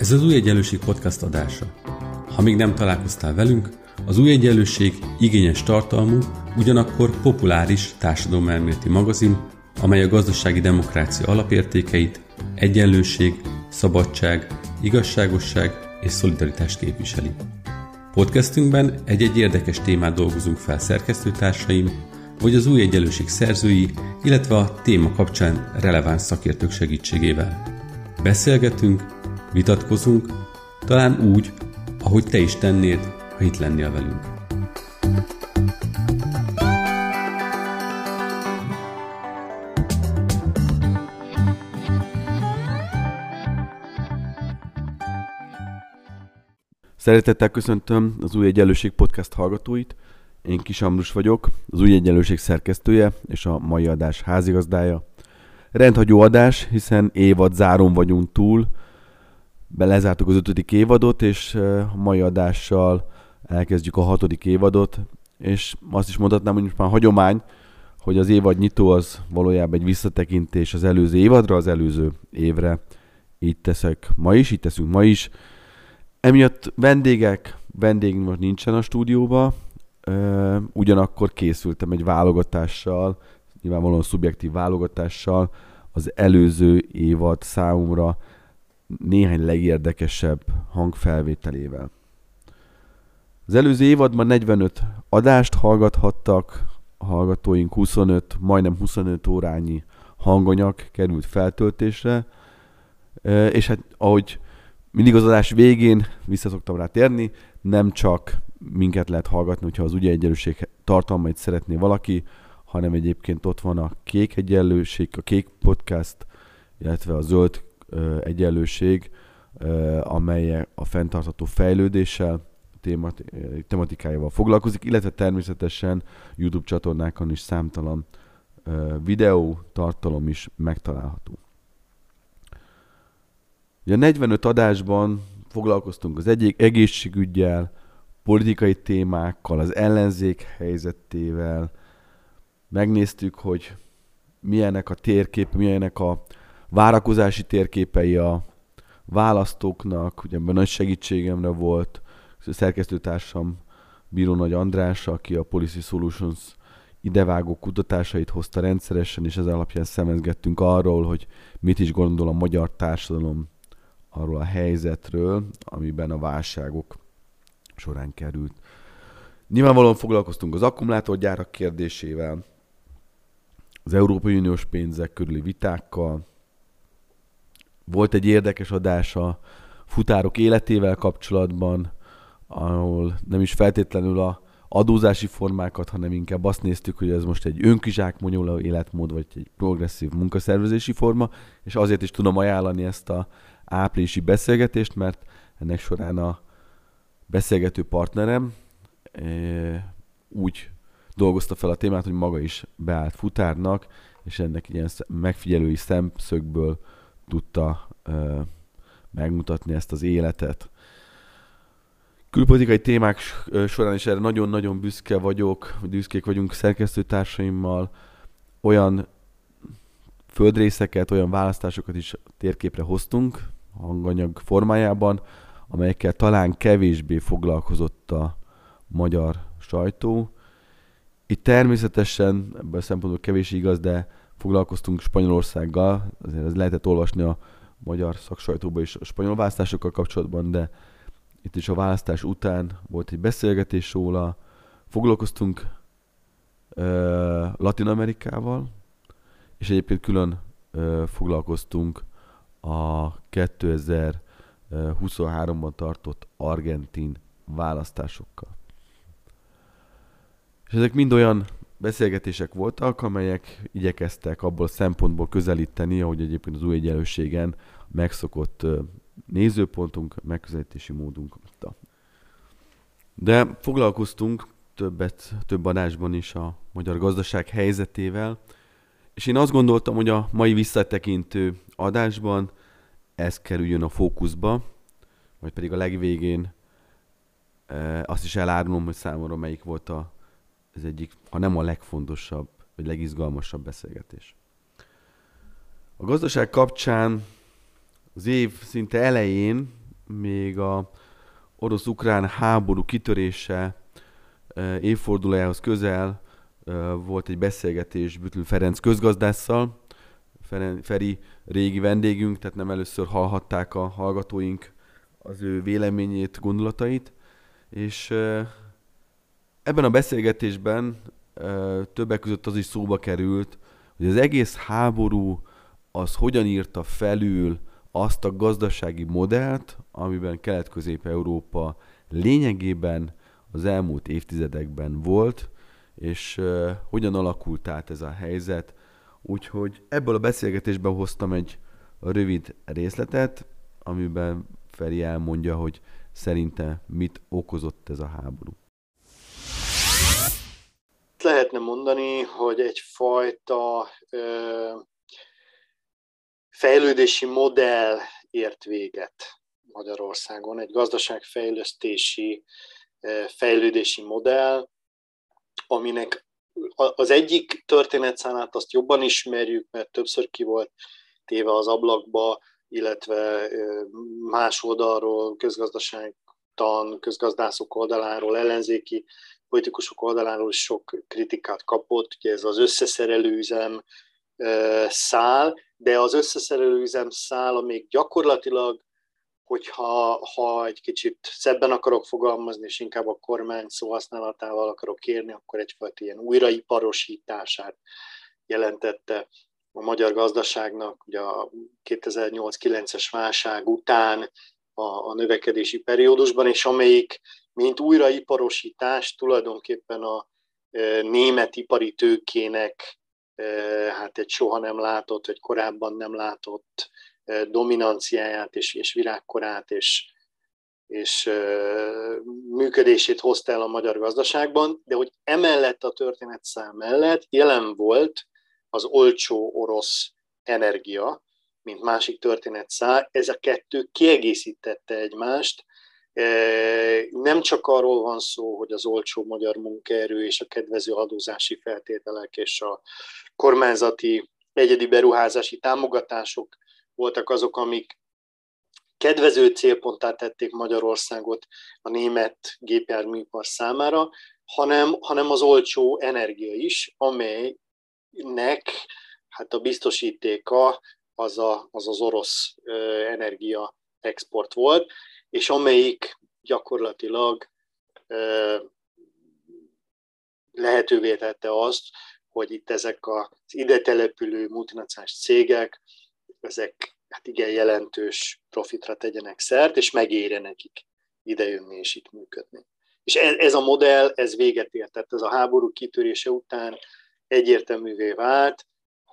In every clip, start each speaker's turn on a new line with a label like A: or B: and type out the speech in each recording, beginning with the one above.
A: Ez az Új Egyenlőség podcast adása. Ha még nem találkoztál velünk, az Új Egyenlőség igényes tartalmú, ugyanakkor populáris társadalomelméleti magazin, amely a gazdasági demokrácia alapértékeit, egyenlőség, szabadság, igazságosság és szolidaritást képviseli. Podcastünkben egy-egy érdekes témát dolgozunk fel szerkesztőtársaim, vagy az Új Egyenlőség szerzői, illetve a téma kapcsán releváns szakértők segítségével. Beszélgetünk, vitatkozunk, talán úgy, ahogy te is tennéd, ha itt lennél velünk.
B: Szeretettel köszöntöm az Új Egyenlőség podcast hallgatóit. Én Kis Ambrus vagyok, az Új Egyenlőség szerkesztője és a mai adás házigazdája. Rendhagyó adás, hiszen évad záron vagyunk túl, lezártuk az 5. évadot, és a mai adással elkezdjük a 6. évadot, és azt is mondhatnám, hogy most már hagyomány, hogy az évad nyitó az valójában egy visszatekintés az előző évadra, az előző évre. Így teszünk ma is. Emiatt vendég most nincsen a stúdióban, ugyanakkor készültem egy válogatással, nyilvánvalóan szubjektív válogatással, az előző évad számomra néhány legérdekesebb hangfelvételével. Az előző évadban 45 adást hallgathattak, a hallgatóink majdnem 25 órányi hanganyag került feltöltésre, és hát ahogy mindig az adás végén visszaszoktam rá térni, nem csak minket lehet hallgatni, hogyha az Új Egyenlőség tartalmait szeretné valaki, hanem egyébként ott van a Kék Egyenlőség, a Kék Podcast, illetve a Zöld Egyenlőség, amely a fenntartható fejlődéssel, tematikájával foglalkozik, illetve természetesen YouTube csatornákon is számtalan videó, tartalom is megtalálható. Ugye a 45 adásban foglalkoztunk az egészségüggyel, politikai témákkal, az ellenzék helyzetével, megnéztük, hogy milyenek a térkép, milyenek a várakozási térképei a választóknak. Ugye ebben nagy segítségemre volt a szerkesztőtársam Bíró Nagy András, aki a Policy Solutions idevágó kutatásait hozta rendszeresen, és ez alapján szemezgettünk arról, hogy mit is gondol a magyar társadalom arról a helyzetről, amiben a válságok során került. Nyilvánvalóan foglalkoztunk az akkumulátorgyárak kérdésével, az Európai Uniós pénzek körüli vitákkal. Volt egy érdekes adás a futárok életével kapcsolatban, ahol nem is feltétlenül a adózási formákat, hanem inkább azt néztük, hogy ez most egy önkizsákmányoló életmód, vagy egy progresszív munkaszervezési forma, és azért is tudom ajánlani ezt a áprilisi beszélgetést, mert ennek során a beszélgető partnerem úgy dolgozta fel a témát, hogy maga is beállt futárnak, és ennek ilyen megfigyelői szemszögből tudta megmutatni ezt az életet. Külpolitikai témák során is erre nagyon-nagyon büszkék vagyunk szerkesztőtársaimmal, olyan földrészeket, olyan választásokat is térképre hoztunk hanganyag formájában, amelyekkel talán kevésbé foglalkozott a magyar sajtó. Itt természetesen ebből a szempontból kevés igaz, de foglalkoztunk Spanyolországgal, azért ez lehetett olvasni a magyar szaksajtóban is a spanyol választásokkal kapcsolatban, de itt is a választás után volt egy beszélgetés róla. Foglalkoztunk Latin Amerikával, és egyébként külön foglalkoztunk a 2023-ban tartott argentin választásokkal. És ezek mind olyan beszélgetések voltak, amelyek igyekeztek abból a szempontból közelíteni, ahogy egyébként az Új Egyenlőségen megszokott nézőpontunk, megközelítési módunk. De foglalkoztunk több adásban is a magyar gazdaság helyzetével, és én azt gondoltam, hogy a mai visszatekintő adásban ez kerüljön a fókuszba, vagy pedig a legvégén azt is elárulom, hogy számomra melyik volt az egyik, ha nem a legfontosabb, vagy legizgalmasabb beszélgetés. A gazdaság kapcsán az év szinte elején még a orosz-ukrán háború kitörése évfordulójához közel volt egy beszélgetés Bütl Ferenc közgazdásszal. Feri régi vendégünk, tehát nem először hallhatták a hallgatóink az ő véleményét, gondolatait, és ebben a beszélgetésben többek között az is szóba került, hogy az egész háború az hogyan írta felül azt a gazdasági modellt, amiben Kelet-Közép-Európa lényegében az elmúlt évtizedekben volt, és hogyan alakult át ez a helyzet. Úgyhogy ebből a beszélgetésben hoztam egy rövid részletet, amiben Feri elmondja, hogy szerinte mit okozott ez a háború.
C: Lehetne mondani, hogy egyfajta fejlődési modell ért véget Magyarországon, egy gazdaságfejlesztési fejlődési modell, aminek az egyik történetszálát azt jobban ismerjük, mert többször ki volt téve az ablakba, illetve más oldalról, közgazdaságtan, közgazdászok oldaláról, ellenzéki politikusok oldaláról is sok kritikát kapott. Ugye ez az összeszerelőüzem szál, de az összeszerelőüzem szála még gyakorlatilag, hogyha egy kicsit szebben akarok fogalmazni, és inkább a kormány szóhasználatával akarok kérni, akkor egyfajta ilyen újraiparosítását jelentette a magyar gazdaságnak. Ugye a 2008-9-es válság után a növekedési periódusban, és amelyik, mint újraiparosítás, tulajdonképpen a német ipari tőkének hát egy soha nem látott, vagy korábban nem látott dominanciáját és virágkorát és működését hozta el a magyar gazdaságban, de hogy emellett a történetszám mellett jelen volt az olcsó orosz energia, mint másik történetszál. Ez a kettő kiegészítette egymást. Nem csak arról van szó, hogy az olcsó magyar munkaerő és a kedvező adózási feltételek és a kormányzati egyedi beruházási támogatások voltak azok, amik kedvező célponttá tették Magyarországot a német gépjárműipar számára, hanem az olcsó energia is, amelynek hát a biztosítéka az orosz energia export volt, és amelyik gyakorlatilag lehetővé tette azt, hogy itt ezek az ide települő multinacionális cégek, ezek hát igen jelentős profitra tegyenek szert, és megérje nekik idejönni és itt működni. És ez a modell, ez véget ért. Tehát ez a háború kitörése után egyértelművé vált,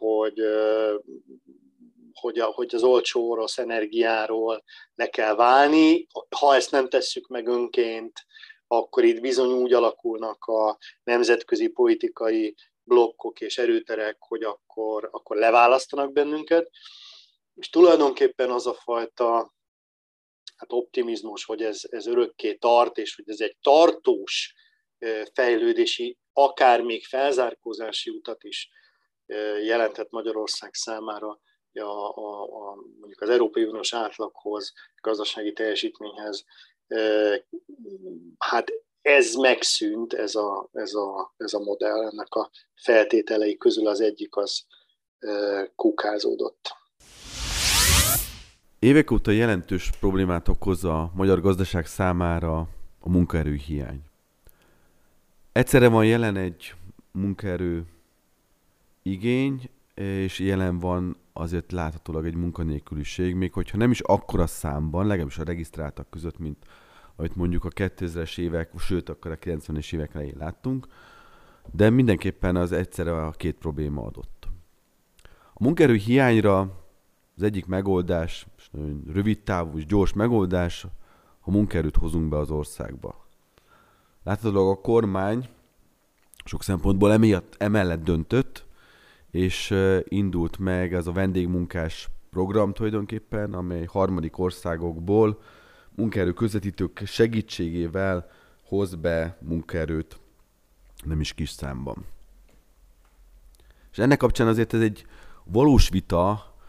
C: hogy az olcsó orosz energiáról le kell válni. Ha ezt nem tesszük meg önként, akkor itt bizony úgy alakulnak a nemzetközi politikai blokkok és erőterek, hogy akkor leválasztanak bennünket. És tulajdonképpen az a fajta optimizmus, hogy ez örökké tart, és hogy ez egy tartós fejlődési, akár még felzárkózási utat is jelentett Magyarország számára, mondjuk az Európai Uniós átlaghoz, gazdasági teljesítményhez. Hát ez megszűnt, ez a modell, ennek a feltételei közül az egyik az kukázódott.
B: Évek óta jelentős problémát okoz a magyar gazdaság számára a munkaerő hiány. Egyszerre van jelen egy munkaerő igény, és jelen van azért láthatólag egy munkanélküliség, még hogyha nem is akkora számban, legalábbis a regisztráltak között, mint amit mondjuk a 2000-es évek, sőt akkor a 90-es évek elején láttunk, de mindenképpen az egyszerre a két probléma adott. A munkaerő hiányra az egyik megoldás, és nagyon rövid távú és gyors megoldás, ha munkaerőt hozunk be az országba. Láthatólag a kormány sok szempontból emellett döntött, és indult meg ez a vendégmunkás program tulajdonképpen, amely harmadik országokból munkaerő közvetítők segítségével hoz be munkaerőt, nem is kis számban. És ennek kapcsán azért ez egy valós vita,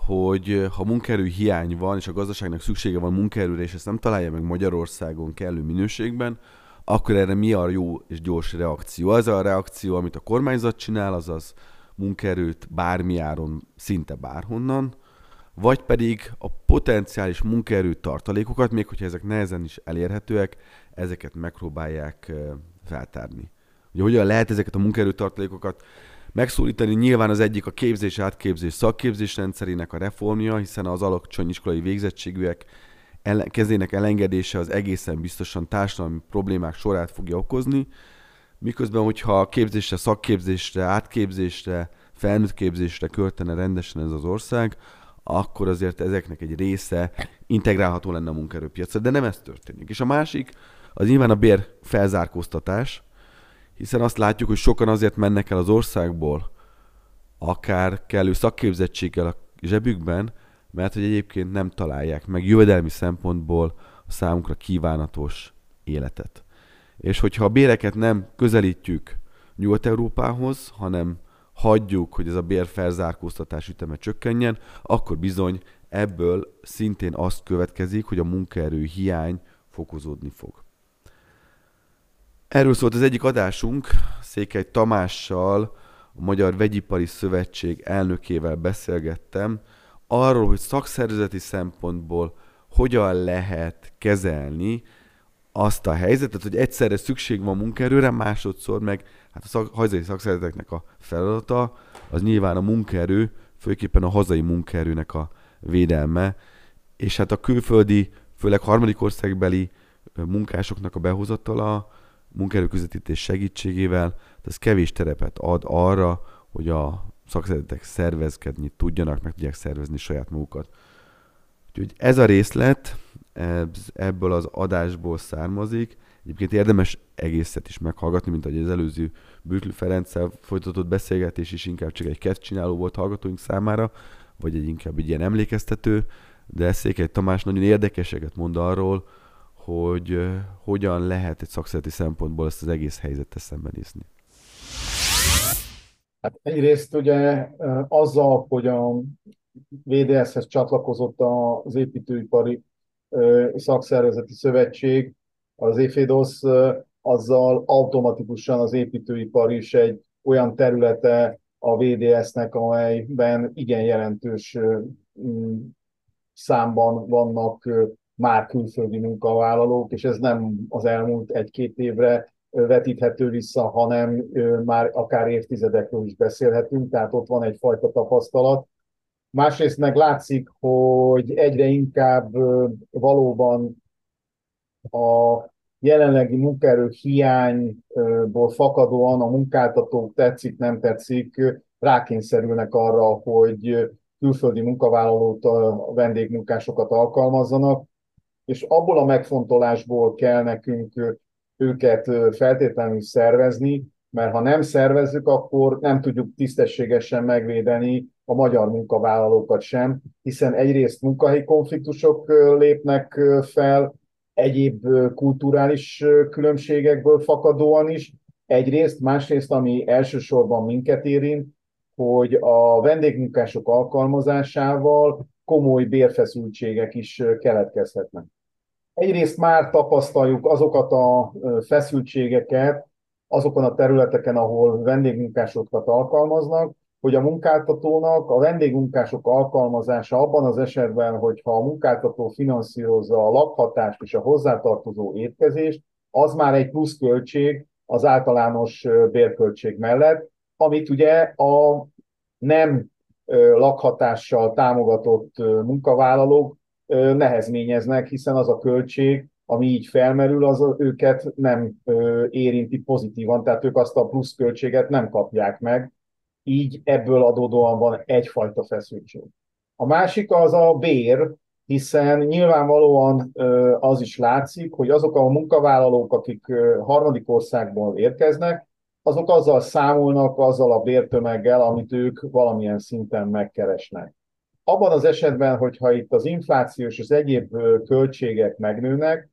B: hogy ha munkaerő hiány van, és a gazdaságnak szüksége van munkaerőre, és ezt nem találja meg Magyarországon kellő minőségben, akkor erre mi a jó és gyors reakció? Az a reakció, amit a kormányzat csinál, azaz munkaerőt bármi áron, szinte bárhonnan, vagy pedig a potenciális munkaerő tartalékokat, még hogyha ezek nehezen is elérhetőek, ezeket megpróbálják feltárni. Ugye hogyan lehet ezeket a munkaerő tartalékokat megszólítani? Nyilván az egyik a képzés, átképzés, szakképzés rendszerének a reformja, hiszen az alacsony iskolai végzettségűek kezének elengedése az egészen biztosan társadalmi problémák sorát fogja okozni, miközben, hogyha a képzésre, szakképzésre, átképzésre, felnőtt képzésre költene rendesen ez az ország, akkor azért ezeknek egy része integrálható lenne a munkaerőpiacra, de nem ez történik. És a másik, az nyilván a bér felzárkóztatás, hiszen azt látjuk, hogy sokan azért mennek el az országból, akár kellő szakképzettséggel a zsebükben, mert hogy egyébként nem találják meg jövedelmi szempontból a számunkra kívánatos életet. És hogyha a béreket nem közelítjük Nyugat-Európához, hanem hagyjuk, hogy ez a bérfelzárkóztatás üteme csökkenjen, akkor bizony ebből szintén azt következik, hogy a munkaerő hiány fokozódni fog. Erről szólt az egyik adásunk, Székely Tamással, a Magyar Vegyipari Szövetség elnökével beszélgettem, arról, hogy szakszervezeti szempontból hogyan lehet kezelni azt a helyzetet, hogy egyszerre szükség van munkaerőre, másodszor meg hát a hazai szakszervezeteknek a feladata, az nyilván a munkaerő, főképpen a hazai munkaerőnek a védelme, és hát a külföldi, főleg harmadik országbeli munkásoknak a behozatala, munkaerőközvetítés segítségével, ez kevés terepet ad arra, hogy a szakszervezetek szervezkedni tudjanak, meg tudják szervezni saját magukat. Úgyhogy ez a részlet ebből az adásból származik. Egyébként érdemes egészet is meghallgatni, mint ahogy az előző Bürklü Ferenccel folytatott beszélgetés is inkább csak egy kezdcsináló volt hallgatóink számára, vagy inkább egy ilyen emlékeztető, de Székely Tamás nagyon érdekeseket mond arról, hogy hogyan lehet egy szakszervezeti szempontból ezt az egész helyzetet szembenézni.
D: Hát egyrészt ugye azzal, hogy a VDS-hez csatlakozott az építőipari szakszervezeti szövetség, az EFEDOS, azzal automatikusan az építőipar is egy olyan területe a VDS-nek, amelyben igen jelentős számban vannak már külföldi munkavállalók, és ez nem az elmúlt egy-két évre vetíthető vissza, hanem már akár évtizedekről is beszélhetünk, tehát ott van egyfajta tapasztalat. Másrészt meg látszik, hogy egyre inkább valóban a jelenlegi munkaerő hiányból fakadóan a munkáltatók tetszik, nem tetszik, rákényszerülnek arra, hogy külföldi munkavállalót, a vendégmunkásokat alkalmazzanak, és abból a megfontolásból kell nekünk őket feltétlenül szervezni, mert ha nem szervezzük, akkor nem tudjuk tisztességesen megvédeni a magyar munkavállalókat sem, hiszen egyrészt munkahelyi konfliktusok lépnek fel, egyéb kulturális különbségekből fakadóan is, egyrészt, másrészt, ami elsősorban minket érint, hogy a vendégmunkások alkalmazásával komoly bérfeszültségek is keletkezhetnek. Egyrészt már tapasztaljuk azokat a feszültségeket azokon a területeken, ahol vendégmunkásokat alkalmaznak, hogy a munkáltatónak a vendégmunkások alkalmazása abban az esetben, hogyha a munkáltató finanszírozza a lakhatást és a hozzátartozó étkezést, az már egy pluszköltség az általános bérköltség mellett, amit ugye a nem lakhatással támogatott munkavállalók nehezményeznek, hiszen az a költség, ami így felmerül, az őket nem érinti pozitívan, tehát ők azt a pluszköltséget nem kapják meg, így ebből adódóan van egyfajta feszültség. A másik az a bér, hiszen nyilvánvalóan az is látszik, hogy azok a munkavállalók, akik harmadik országból érkeznek, azok azzal számolnak, azzal a bértömeggel, amit ők valamilyen szinten megkeresnek. Abban az esetben, hogyha itt az inflációs és az egyéb költségek megnőnek,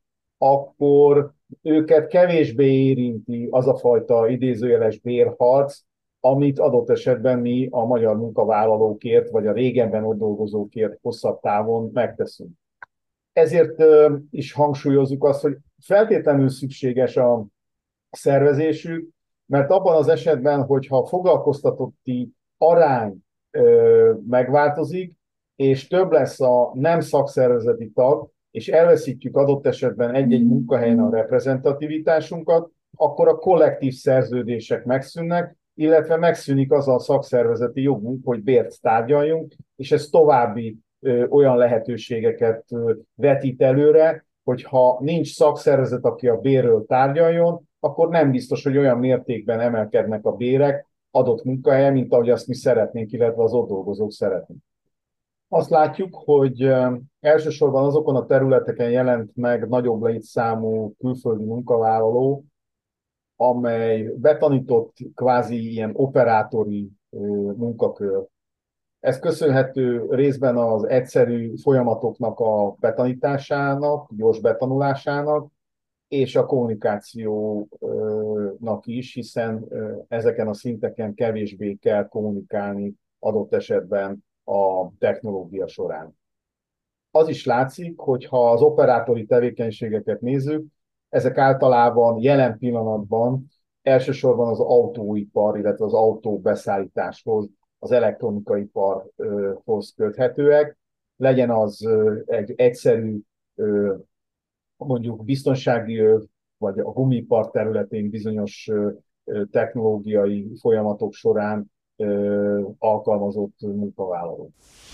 D: akkor őket kevésbé érinti az a fajta idézőjeles bérharc, amit adott esetben mi a magyar munkavállalókért, vagy a régebben ott dolgozókért hosszabb távon megteszünk. Ezért is hangsúlyozzuk azt, hogy feltétlenül szükséges a szervezésük, mert abban az esetben, hogyha a foglalkoztatotti arány megváltozik, és több lesz a nem szakszervezeti tag, és elveszítjük adott esetben egy-egy munkahelyen a reprezentativitásunkat, akkor a kollektív szerződések megszűnnek, illetve megszűnik az a szakszervezeti jogunk, hogy bért tárgyaljunk, és ez további olyan lehetőségeket vetít előre, hogy ha nincs szakszervezet, aki a bérről tárgyaljon, akkor nem biztos, hogy olyan mértékben emelkednek a bérek adott munkahelyen, mint ahogy azt mi szeretnénk, illetve az ott dolgozók szeretnénk. Azt látjuk, hogy elsősorban azokon a területeken jelent meg nagyobb létszámú külföldi munkavállaló, amely betanított kvázi ilyen operátori munkakör. Ez köszönhető részben az egyszerű folyamatoknak a betanításának, gyors betanulásának, és a kommunikációnak is, hiszen ezeken a szinteken kevésbé kell kommunikálni adott esetben a technológia során. Az is látszik, hogy ha az operátori tevékenységeket nézzük, ezek általában jelen pillanatban elsősorban az autóipar, illetve az autóbeszállításhoz, az elektronikaipar,hoz köthetőek. Legyen az egy egyszerű, mondjuk biztonsági öv, vagy a gumipar területén bizonyos technológiai folyamatok során alkalmazott munkavállaló.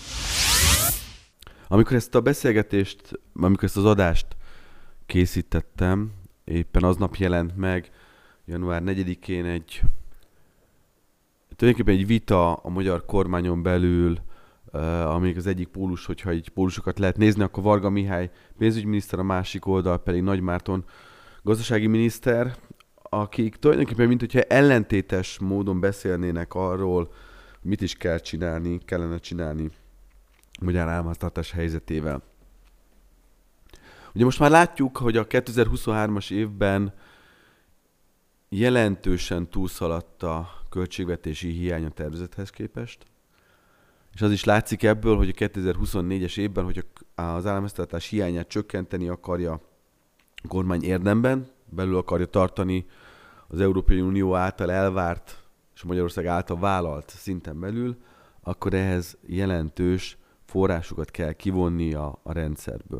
B: Amikor ezt a beszélgetést, amikor ezt az adást készítettem, éppen aznap jelent meg, január 4-én tulajdonképpen egy vita a magyar kormányon belül, amíg az egyik pólus, hogyha így pólusokat lehet nézni, akkor Varga Mihály pénzügyminiszter, a másik oldal pedig Nagy Márton gazdasági miniszter, akik tulajdonképpen mint hogyha ellentétes módon beszélnének arról, mit is kellene csinálni a magyar államháztartás helyzetével. Ugye most már látjuk, hogy a 2023-as évben jelentősen túlszaladt a költségvetési hiány a tervezethez képest, és az is látszik ebből, hogy a 2024-es évben, hogy az államháztartás hiányát csökkenteni akarja a kormány érdemben, belül akarja tartani az Európai Unió által elvárt és Magyarország által vállalt szinten belül, akkor ehhez jelentős forrásokat kell kivonni a rendszerből.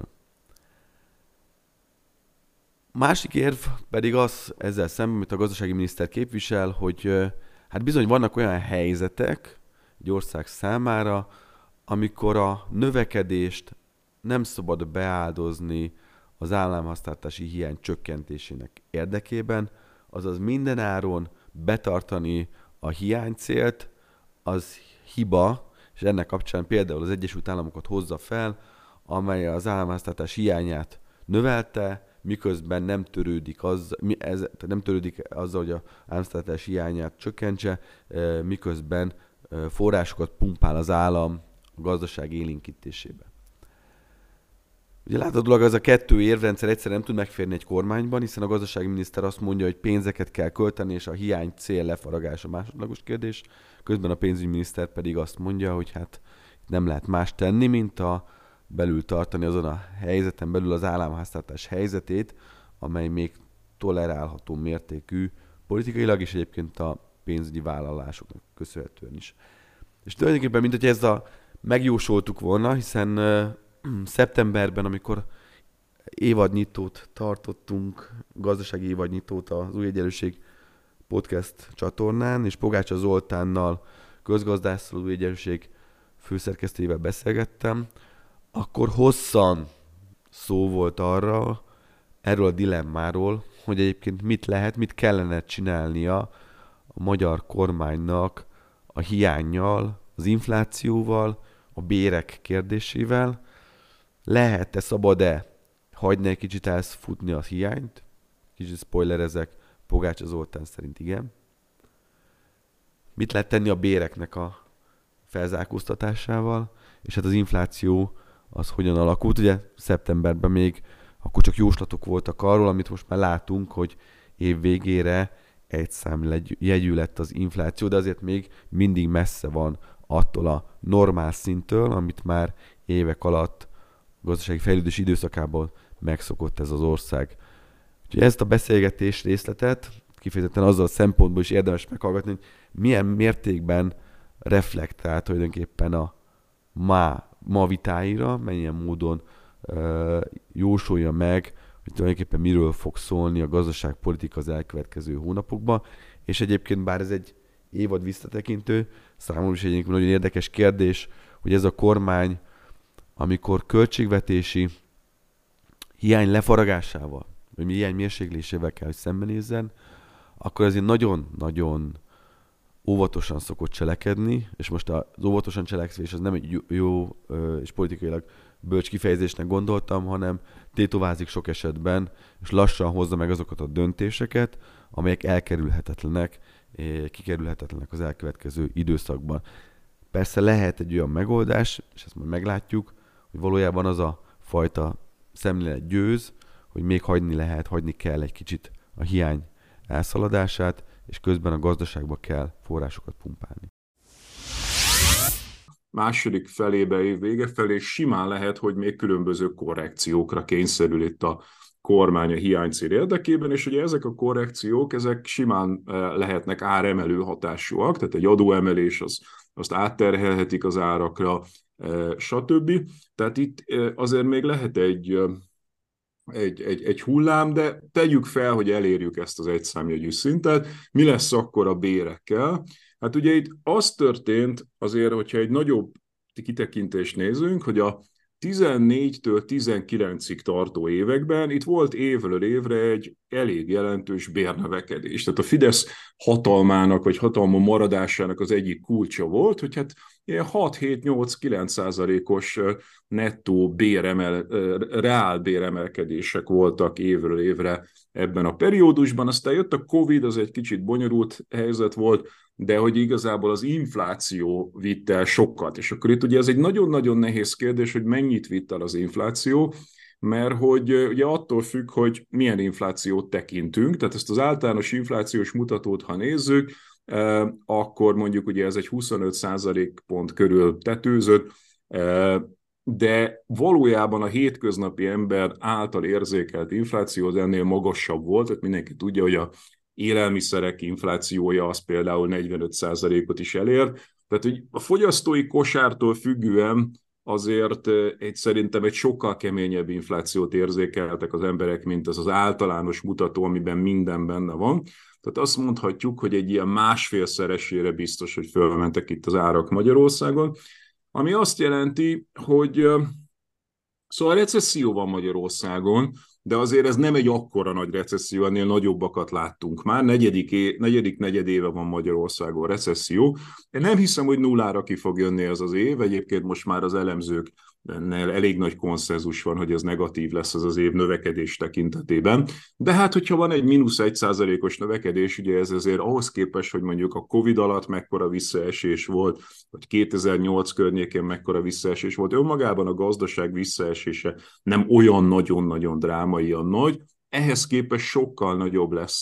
B: Másik érv pedig az ezzel szemben, amit a gazdasági miniszter képvisel, hogy hát bizony vannak olyan helyzetek egy ország számára, amikor a növekedést nem szabad beáldozni az államháztartási hiány csökkentésének érdekében, azaz minden áron betartani a hiánycélt, az hiba, és ennek kapcsán például az Egyesült Államokat hozza fel, amely az államháztartás hiányát növelte, miközben nem törődik azzal, hogy az államháztartás hiányát csökkentse, miközben forrásokat pumpál az állam a gazdaság élénkítésébe. Ugye láthatólag az a kettő érvrendszer egyszer nem tud megférni egy kormányban, hiszen a gazdasági miniszter azt mondja, hogy pénzeket kell költeni, és a hiány cél lefaragása másodlagos kérdés. Közben a pénzügyminiszter pedig azt mondja, hogy hát nem lehet más tenni, mint belül tartani azon a helyzeten belül az államháztartás helyzetét, amely még tolerálható mértékű politikailag, és egyébként a pénzügyi vállalásoknak köszönhetően is. És tulajdonképpen, mint hogy ezt megjósoltuk volna, hiszen szeptemberben, amikor évadnyitót tartottunk, gazdasági évadnyitót az Új Egyenlőség podcast csatornán, és Pogácsa Zoltánnal, közgazdásszal, Új Egyenlőség főszerkesztőjével beszélgettem, akkor hosszan szó volt erről a dilemmáról, hogy egyébként mit kellene csinálnia a magyar kormánynak a hiánnyal, az inflációval, a bérek kérdésével. Lehet-e, szabad-e hagyni egy kicsit elfutni a hiányt? Kicsit spoilerezek, Pogácsa Zoltán szerint igen. Mit lehet tenni a béreknek a felzárkóztatásával? És hát az infláció az hogyan alakult? Ugye szeptemberben még akkor csak jóslatok voltak arról, amit most már látunk, hogy év végére egy számjegyű lett az infláció, de azért még mindig messze van attól a normál szinttől, amit már évek alatt gazdasági fejlődés időszakában megszokott ez az ország. Úgyhogy ezt a beszélgetés részletet kifejezetten azzal a szempontból is érdemes meghallgatni, hogy milyen mértékben reflektál tulajdonképpen a ma vitáira, mennyien módon jósolja meg, hogy tulajdonképpen miről fog szólni a gazdaságpolitika az elkövetkező hónapokban, és egyébként bár ez egy évad visszatekintő, számomra is egyébként nagyon érdekes kérdés, hogy ez a kormány, amikor költségvetési hiány lefaragásával, vagy hiány mérséklésével kell, hogy szembenézzen, akkor azért nagyon-nagyon óvatosan szokott cselekedni, és most az óvatosan cselekszés az nem egy jó és politikailag bölcs kifejezésnek gondoltam, hanem tétovázik sok esetben, és lassan hozza meg azokat a döntéseket, amelyek elkerülhetetlenek, kikerülhetetlenek az elkövetkező időszakban. Persze lehet egy olyan megoldás, és ezt majd meglátjuk, hogy valójában az a fajta szemlélet győz, hogy még hagyni kell egy kicsit a hiány elszaladását, és közben a gazdaságba kell forrásokat pumpálni.
E: Második felébe, év vége felé simán lehet, hogy még különböző korrekciókra kényszerül itt a kormány a hiánycél érdekében, és ugye ezek a korrekciók, ezek simán lehetnek áremelő hatásúak, tehát egy adóemelés azt átterhelhetik az árakra, stb. Tehát itt azért még lehet egy hullám, de tegyük fel, hogy elérjük ezt az egyszámjegyű szintet. Mi lesz akkor a bérekkel? Hát ugye itt az történt azért, hogyha egy nagyobb kitekintést nézünk, hogy a 14-től 19-ig tartó években itt volt évről évre egy elég jelentős bérnövekedés. Tehát a Fidesz hatalmának, vagy hatalma maradásának az egyik kulcsa volt, hogy hát ilyen 6-7-8-9%-os nettó reál béremelkedések voltak évről évre ebben a periódusban. Aztán jött a Covid, az egy kicsit bonyolult helyzet volt, de hogy igazából az infláció vitt el sokat. És akkor itt ugye ez egy nagyon-nagyon nehéz kérdés, hogy mennyit vitt el az infláció, mert hogy ugye attól függ, hogy milyen inflációt tekintünk, tehát ezt az általános inflációs mutatót, ha nézzük, akkor mondjuk ugye ez egy 25% körül tetőzött, de valójában a hétköznapi ember által érzékelt infláció az ennél magasabb volt, tehát mindenki tudja, hogy a élelmiszerek inflációja az például 45%-ot is elér. Tehát hogy a fogyasztói kosártól függően azért szerintem egy sokkal keményebb inflációt érzékeltek az emberek, mint ez az általános mutató, amiben minden benne van. Tehát azt mondhatjuk, hogy egy ilyen másfélszeresére biztos, hogy fölmentek itt az árak Magyarországon, ami azt jelenti, hogy szóval recesszió van Magyarországon, de azért ez nem egy akkora nagy recesszió, ennél nagyobbakat láttunk már. Negyedik negyedéve van Magyarországon recesszió. Én nem hiszem, hogy nullára ki fog jönni ez az év. Egyébként most már az elemzőknél elég nagy konszenzus van, hogy ez negatív lesz ez az év növekedés tekintetében. De hát, hogyha van egy -1%-os növekedés, ugye ez azért ahhoz képest, hogy mondjuk a Covid alatt mekkora visszaesés volt, vagy 2008 környékén mekkora visszaesés volt, önmagában a gazdaság visszaesése nem olyan nagyon-nagyon drámaian nagy, ehhez képest sokkal nagyobb lesz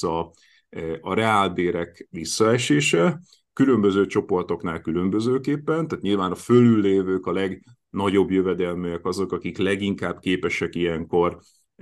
E: a reálbérek visszaesése, különböző csoportoknál különbözőképpen, tehát nyilván a fölüllévők, a legnagyobb jövedelműek azok, akik leginkább képesek ilyenkor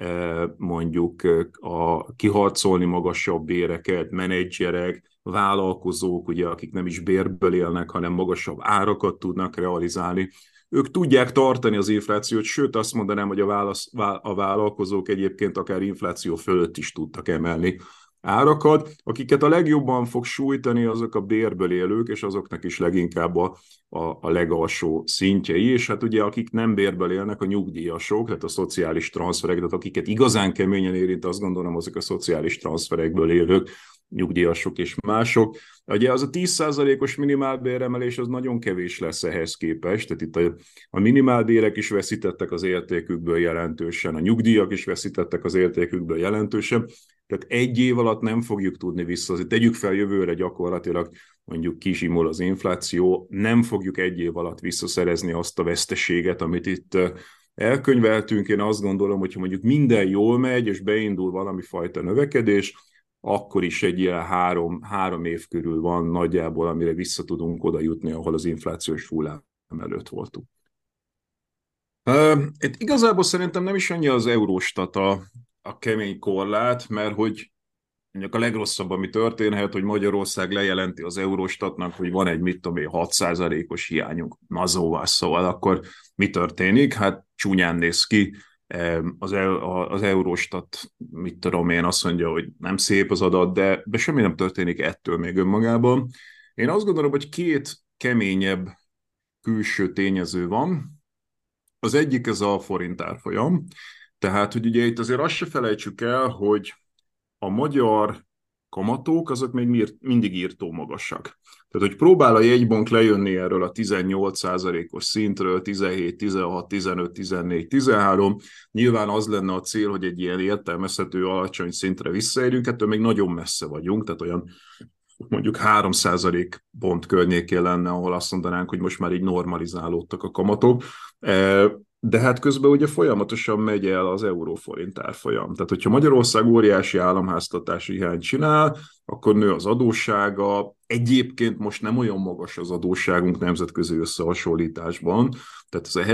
E: mondjuk kiharcolni magasabb béreket, menedzserek, vállalkozók, ugye, akik nem is bérből élnek, hanem magasabb árakat tudnak realizálni. Ők tudják tartani az inflációt, sőt azt mondanám, hogy a vállalkozók egyébként akár infláció fölött is tudtak emelni árakat. Akiket a legjobban fog sújtani, azok a bérből élők, és azoknak is leginkább a legalsó szintjei, és hát ugye akik nem bérből élnek, a nyugdíjasok, tehát a szociális transzferek, tehát akiket igazán keményen érint, azt gondolom, azok a szociális transzferekből élők, nyugdíjasok és mások. Ugye az a 10%-os minimálbéremelés az nagyon kevés lesz ehhez képest, tehát itt a minimálbérek is veszítettek az értékükből jelentősen, a nyugdíjak is veszítettek az értékükből jelentősen, tehát egy év alatt nem fogjuk tudni vissza. Tegyük fel, jövőre gyakorlatilag mondjuk kizsimul az infláció, nem fogjuk egy év alatt visszaszerezni azt a veszteséget, amit itt elkönyveltünk. Én azt gondolom, hogyha mondjuk minden jól megy, és beindul valami fajta növekedés, akkor is egy ilyen három év körül van nagyjából, amire vissza tudunk oda jutni, ahol az inflációs hullám előtt voltunk. Itt igazából szerintem nem is annyi az Eurostat a kemény korlát, mert hogy mondjuk a legrosszabb, ami történhet, hogy Magyarország lejelenti az Eurostatnak, hogy van egy, 6%-os hiányunk. Na szóval akkor mi történik? Hát csúnyán néz ki. Az Eurostat, azt mondja, hogy nem szép az adat, de semmi nem történik ettől még önmagában. Én azt gondolom, hogy két keményebb külső tényező van. Az egyik ez a forint árfolyam. Tehát, hogy ugye itt azért azt se felejtsük el, hogy a magyar kamatok azok még mindig írtó magasak. Tehát, hogy próbál a jegybank lejönni erről a 18%-os szintről, 17, 16, 15, 14, 13, nyilván az lenne a cél, hogy egy ilyen értelmezhető alacsony szintre visszaérjünk, ettől még nagyon messze vagyunk, tehát olyan mondjuk 3% pont környékén lenne, ahol azt mondanánk, hogy most már így normalizálódtak a kamatok. De hát közben ugye folyamatosan megy el az euróforint árfolyam. Tehát, hogyha Magyarország óriási államháztartási hiányt csinál, akkor nő az adóssága. Egyébként most nem olyan magas az adósságunk nemzetközi összehasonlításban. Tehát ez a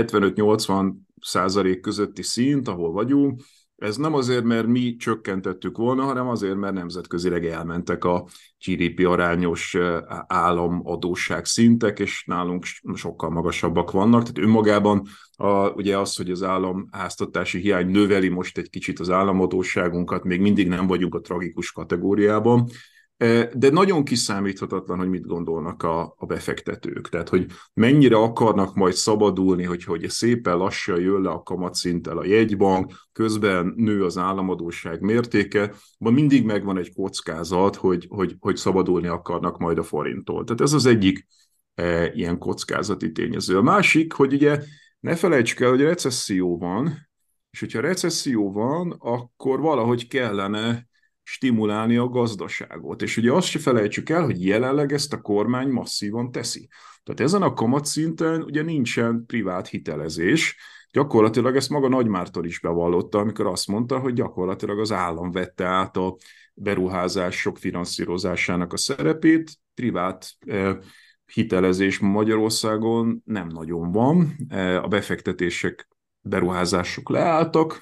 E: 75-80% közötti szint, ahol vagyunk, ez nem azért, mert mi csökkentettük volna, hanem azért, mert nemzetközileg elmentek a GDP arányos államadósság szintek, és nálunk sokkal magasabbak vannak. Tehát önmagában ugye az, hogy az államháztartási hiány növeli most egy kicsit az államadósságunkat, még mindig nem vagyunk a tragikus kategóriában, de nagyon kiszámíthatatlan, hogy mit gondolnak a befektetők. Tehát, hogy mennyire akarnak majd szabadulni, hogy szépen lassan jön le a kamatszinttel a jegybank, közben nő az államadósság mértéke, ma mindig megvan egy kockázat, hogy szabadulni akarnak majd a forinttól. Tehát ez az egyik ilyen kockázati tényező. A másik, hogy ugye ne felejtsük el, hogy recesszió van, és hogyha recesszió van, akkor valahogy kellene stimulálni a gazdaságot. És ugye azt se felejtsük el, hogy jelenleg ezt a kormány masszívan teszi. Tehát ezen a kamatszinten ugye nincsen privát hitelezés. Gyakorlatilag ezt maga Nagy Márton is bevallotta, amikor azt mondta, hogy gyakorlatilag az állam vette át a beruházások finanszírozásának a szerepét. Privát hitelezés Magyarországon nem nagyon van. A befektetések, beruházások leálltak.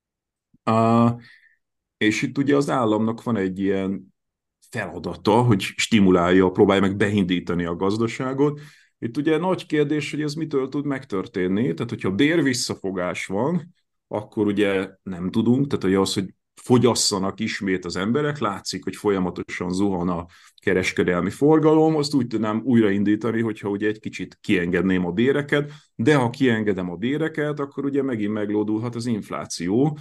E: És itt ugye az államnak van egy ilyen feladata, hogy stimulálja, próbálja meg beindítani a gazdaságot. Itt ugye nagy kérdés, hogy ez mitől tud megtörténni. Tehát, hogyha bérvisszafogás van, akkor ugye nem tudunk, tehát hogy az, hogy fogyasszanak ismét az emberek, látszik, hogy folyamatosan zuhan a kereskedelmi forgalom, azt úgy tudnám újraindítani, hogyha ugye egy kicsit kiengedném a béreket, de ha kiengedem a béreket, akkor ugye megint meglódulhat az infláció.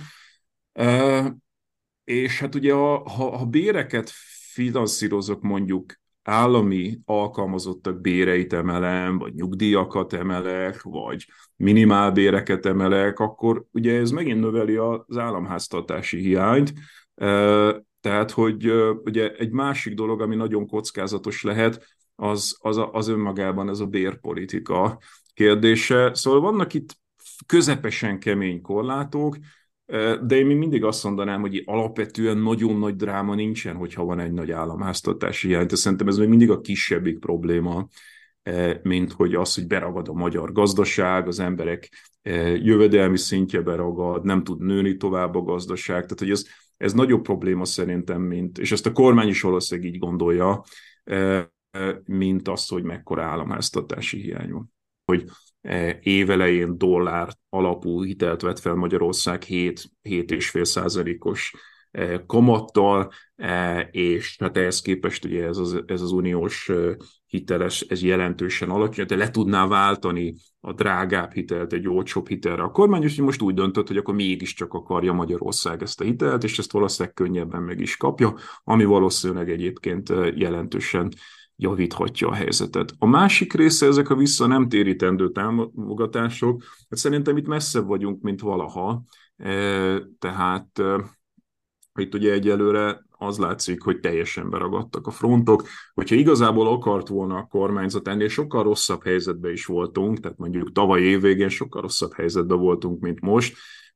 E: És hát ugye ha béreket finanszírozok, mondjuk állami alkalmazottak béreit emelem, vagy nyugdíjakat emelek, vagy minimálbéreket emelek, akkor ugye ez megint növeli az államháztartási hiányt. Tehát, hogy ugye egy másik dolog, ami nagyon kockázatos lehet, az önmagában ez a bérpolitika kérdése. Szóval vannak itt közepesen kemény korlátok, de én még mindig azt mondanám, hogy alapvetően nagyon nagy dráma nincsen, hogyha van egy nagy államháztartási hiány. Szerintem ez még mindig a kisebbik probléma, mint hogy az, hogy beragad a magyar gazdaság, az emberek jövedelmi szintje beragad, nem tud nőni tovább a gazdaság. Tehát, hogy ez nagyobb probléma szerintem, és ezt a kormány is valószínűleg így gondolja, mint az, hogy mekkora államháztartási hiány van. Hogy évelején dollár alapú hitelt vett fel Magyarország 7,5%-os kamattal, és hát ehhez képest ugye ez az uniós hiteles, ez jelentősen alacsony, de le tudná váltani a drágább hitelt egy olcsóbb hitelre. A kormány is most úgy döntött, hogy akkor mégiscsak akarja Magyarország ezt a hitelt, és ezt valószínűleg könnyebben meg is kapja, ami valószínűleg egyébként jelentősen javíthatja a helyzetet. A másik része ezek a vissza nem térítendő támogatások, hát szerintem itt messzebb vagyunk, mint valaha, tehát itt ugye egyelőre az látszik, hogy teljesen beragadtak a frontok. Hogyha igazából akart volna a kormányzat, ennél sokkal rosszabb helyzetben is voltunk, tehát mondjuk tavaly évvégén sokkal rosszabb helyzetben voltunk, mint most,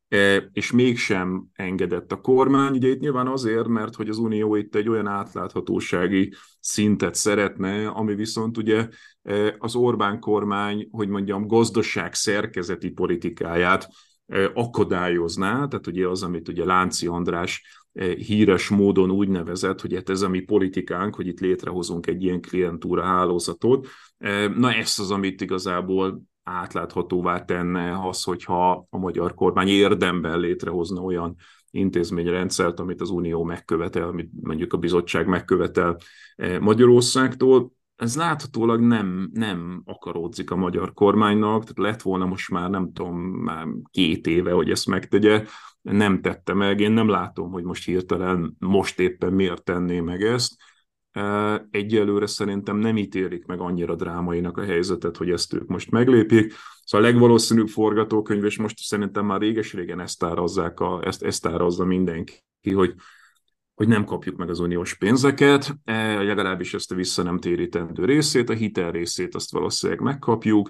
E: és mégsem engedett a kormány. Ugye itt nyilván azért, mert hogy az Unió itt egy olyan átláthatósági szintet szeretne, ami viszont ugye az Orbán kormány, hogy mondjam, gazdaság szerkezeti politikáját akadályozná, tehát ugye az, amit ugye Lánci András híres módon úgy nevezett, hogy hát ez a mi politikánk, hogy itt létrehozunk egy ilyen klientúra hálózatot. Na ez az, amit igazából átláthatóvá tenne az, hogyha a magyar kormány érdemben létrehozna olyan intézményrendszert, amit az Unió megkövetel, amit mondjuk a bizottság megkövetel Magyarországtól. Ez láthatólag nem akaródzik a magyar kormánynak, tehát lett volna most már nem tudom, már 2 éve, hogy ezt megtegye, nem tette meg, én nem látom, hogy most hirtelen, most éppen miért tenné meg ezt. Egyelőre szerintem nem ítélik meg annyira drámainak a helyzetet, hogy ezt ők most meglépjék. Szóval a legvalószínűbb forgatókönyv, és most szerintem már réges-régen ezt árazza mindenki, hogy nem kapjuk meg az uniós pénzeket, legalábbis ezt a vissza nem térítendő részét, a hitel részét azt valószínűleg megkapjuk,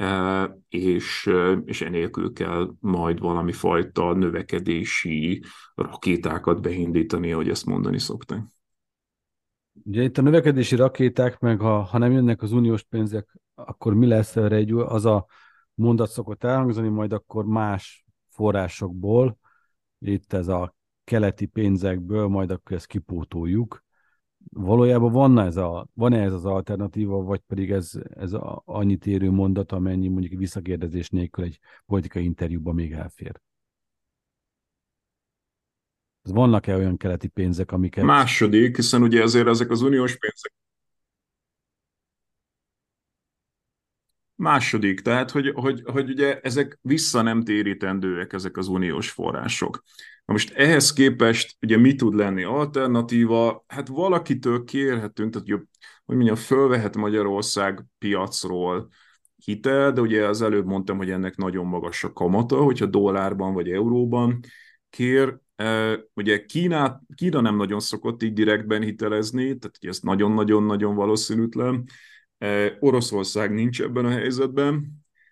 E: és enélkül kell majd valami fajta növekedési rakétákat beindítani, ahogy ezt mondani szokták.
B: Ugye itt a növekedési rakéták, meg ha nem jönnek az uniós pénzek, akkor mi lesz erre az a mondat szokott elhangzani, majd akkor más forrásokból, itt ez a keleti pénzekből, majd akkor ezt kipótoljuk. Valójában van-e ez az alternatíva, vagy pedig ez annyit érő mondat, amennyi mondjuk visszakérdezés nélkül egy politikai interjúban még elfér? Vannak-e olyan keleti pénzek, amiket...
E: Második, hiszen ugye azért ezek az uniós pénzek. Második, tehát hogy ugye ezek vissza nem térítendőek, ezek az uniós források. Na most ehhez képest ugye mi tud lenni alternatíva? Hát valakitől kérhetünk, tehát hogy mondjam, fölvehet Magyarország piacról hitel, de ugye az előbb mondtam, hogy ennek nagyon magas a kamata, hogyha dollárban vagy euróban kér. Ugye Kína nem nagyon szokott így direktben hitelezni, tehát ugye ez nagyon-nagyon-nagyon valószínűtlen. Oroszország nincs ebben a helyzetben.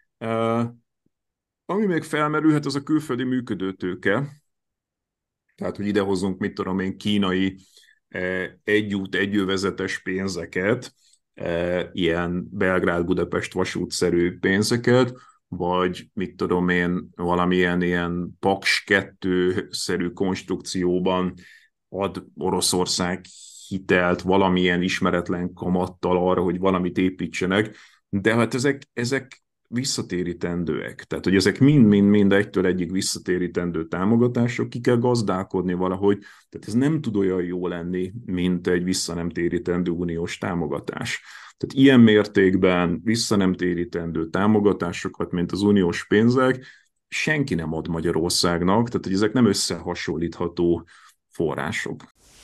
E: Ami még felmerülhet, az a külföldi működőtőke. Tehát, hogy idehozunk, mit tudom én, kínai egyút, egyövezetes pénzeket, ilyen Belgrád-Budapest vasútszerű pénzeket, vagy mit tudom én, valamilyen ilyen Paks 2-szerű konstrukcióban ad Oroszország hitelt valamilyen ismeretlen kamattal arra, hogy valamit építsenek, de hát ezek visszatérítendőek. Tehát, hogy ezek mind egytől egyik visszatérítendő támogatások, ki kell gazdálkodni valahogy, tehát ez nem tud olyan jó lenni, mint egy vissza nem térítendő uniós támogatás. Tehát ilyen mértékben vissza nem térítendő támogatásokat, mint az uniós pénzek, senki nem ad Magyarországnak, tehát hogy ezek nem összehasonlítható források.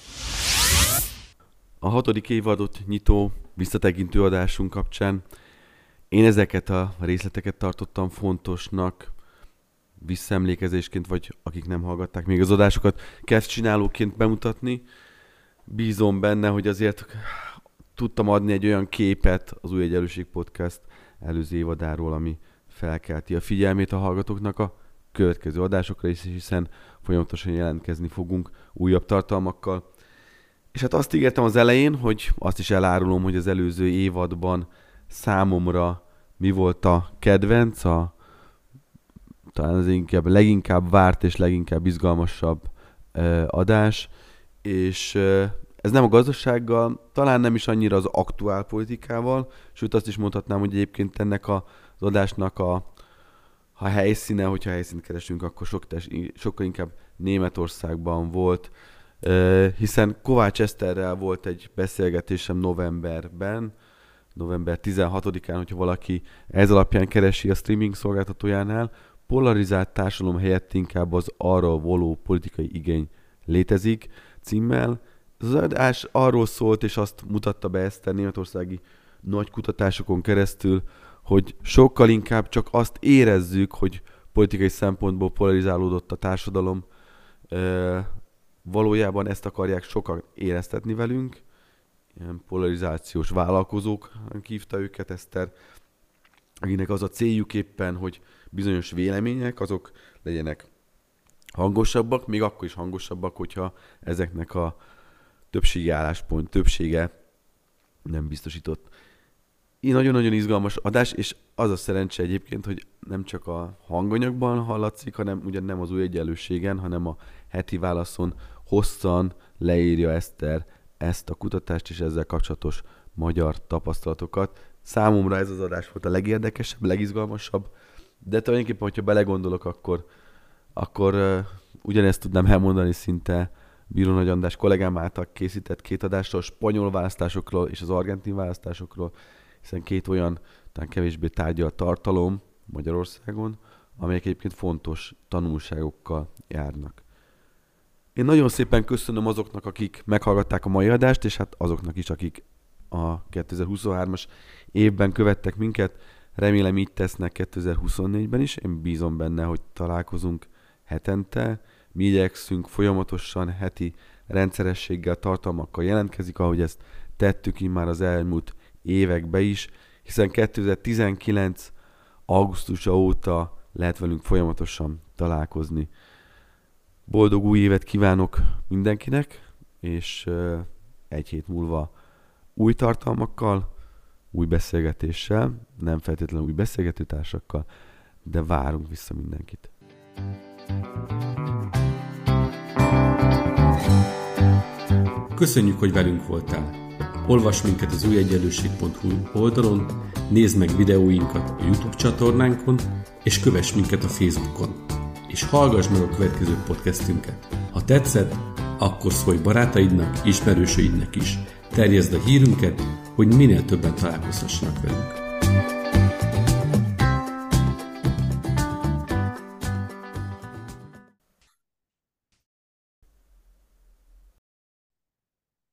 B: A 6. évadot nyitó visszatekintő adásunk kapcsán én ezeket a részleteket tartottam fontosnak visszaemlékezésként, vagy akik nem hallgatták még az adásokat, kezdcsinálóként bemutatni. Bízom benne, hogy azért tudtam adni egy olyan képet az Új Egyenlőség Podcast előző évadáról, ami felkelti a figyelmét a hallgatóknak a következő adásokra is, hiszen folyamatosan jelentkezni fogunk újabb tartalmakkal. És hát azt ígértem az elején, hogy azt is elárulom, hogy az előző évadban számomra mi volt a kedvenc, talán az leginkább várt és leginkább izgalmasabb adás, és ez nem a gazdasággal, talán nem is annyira az aktuál politikával, sőt azt is mondhatnám, hogy egyébként ennek az adásnak a helyszíne, hogyha helyszínt keresünk, akkor sokkal inkább Németországban volt, hiszen Kovács Eszterrel volt egy beszélgetésem november 16-án, hogyha valaki ez alapján keresi a streaming szolgáltatójánál, polarizált társadalom helyett inkább az arra való politikai igény létezik címmel. Az adás arról szólt, és azt mutatta be Eszter németországi nagy kutatásokon keresztül, hogy sokkal inkább csak azt érezzük, hogy politikai szempontból polarizálódott a társadalom. Valójában ezt akarják sokan éreztetni velünk. Ilyen polarizációs vállalkozók hívta őket Eszter, akinek az a céljuk éppen, hogy bizonyos vélemények, azok legyenek hangosabbak, még akkor is hangosabbak, hogyha ezeknek a többsége nem biztosított. Nagyon-nagyon izgalmas adás, és az a szerencse egyébként, hogy nem csak a hanganyagban hallatszik, hanem ugyan nem az Új Egyenlőségen, hanem a heti válaszon hosszan leírja Eszter ezt a kutatást és ezzel kapcsolatos magyar tapasztalatokat. Számomra ez az adás volt a legérdekesebb, legizgalmasabb, de tulajdonképpen, hogyha belegondolok, akkor ugyanezt tudnám elmondani szinte Bíró Nagy András kollégám által készített 2 adásról, a spanyol választásokról és az argentin választásokról, hiszen 2 olyan, talán kevésbé tárgyalt tartalom Magyarországon, amelyek egyébként fontos tanulságokkal járnak. Én nagyon szépen köszönöm azoknak, akik meghallgatták a mai adást, és hát azoknak is, akik a 2023-as évben követtek minket. Remélem így tesznek 2024-ben is. Én bízom benne, hogy találkozunk hetente. Mi igyekszünk folyamatosan heti rendszerességgel, tartalmakkal jelentkezik, ahogy ezt tettük immár az elmúlt években is, hiszen 2019. augusztusa óta lehet velünk folyamatosan találkozni. Boldog új évet kívánok mindenkinek, és 1 hét múlva új tartalmakkal, új beszélgetéssel, nem feltétlenül új beszélgetőtársakkal, de várunk vissza mindenkit.
A: Köszönjük, hogy velünk voltál! Olvasd minket az újegyenlőség.hu oldalon, nézd meg videóinkat a YouTube csatornánkon, és kövess minket a Facebookon. És hallgass meg a következő podcastünket. Ha tetszett, akkor szólj barátaidnak, ismerősöidnek is. Terjeszd a hírünket, hogy minél többen találkozhassanak velünk.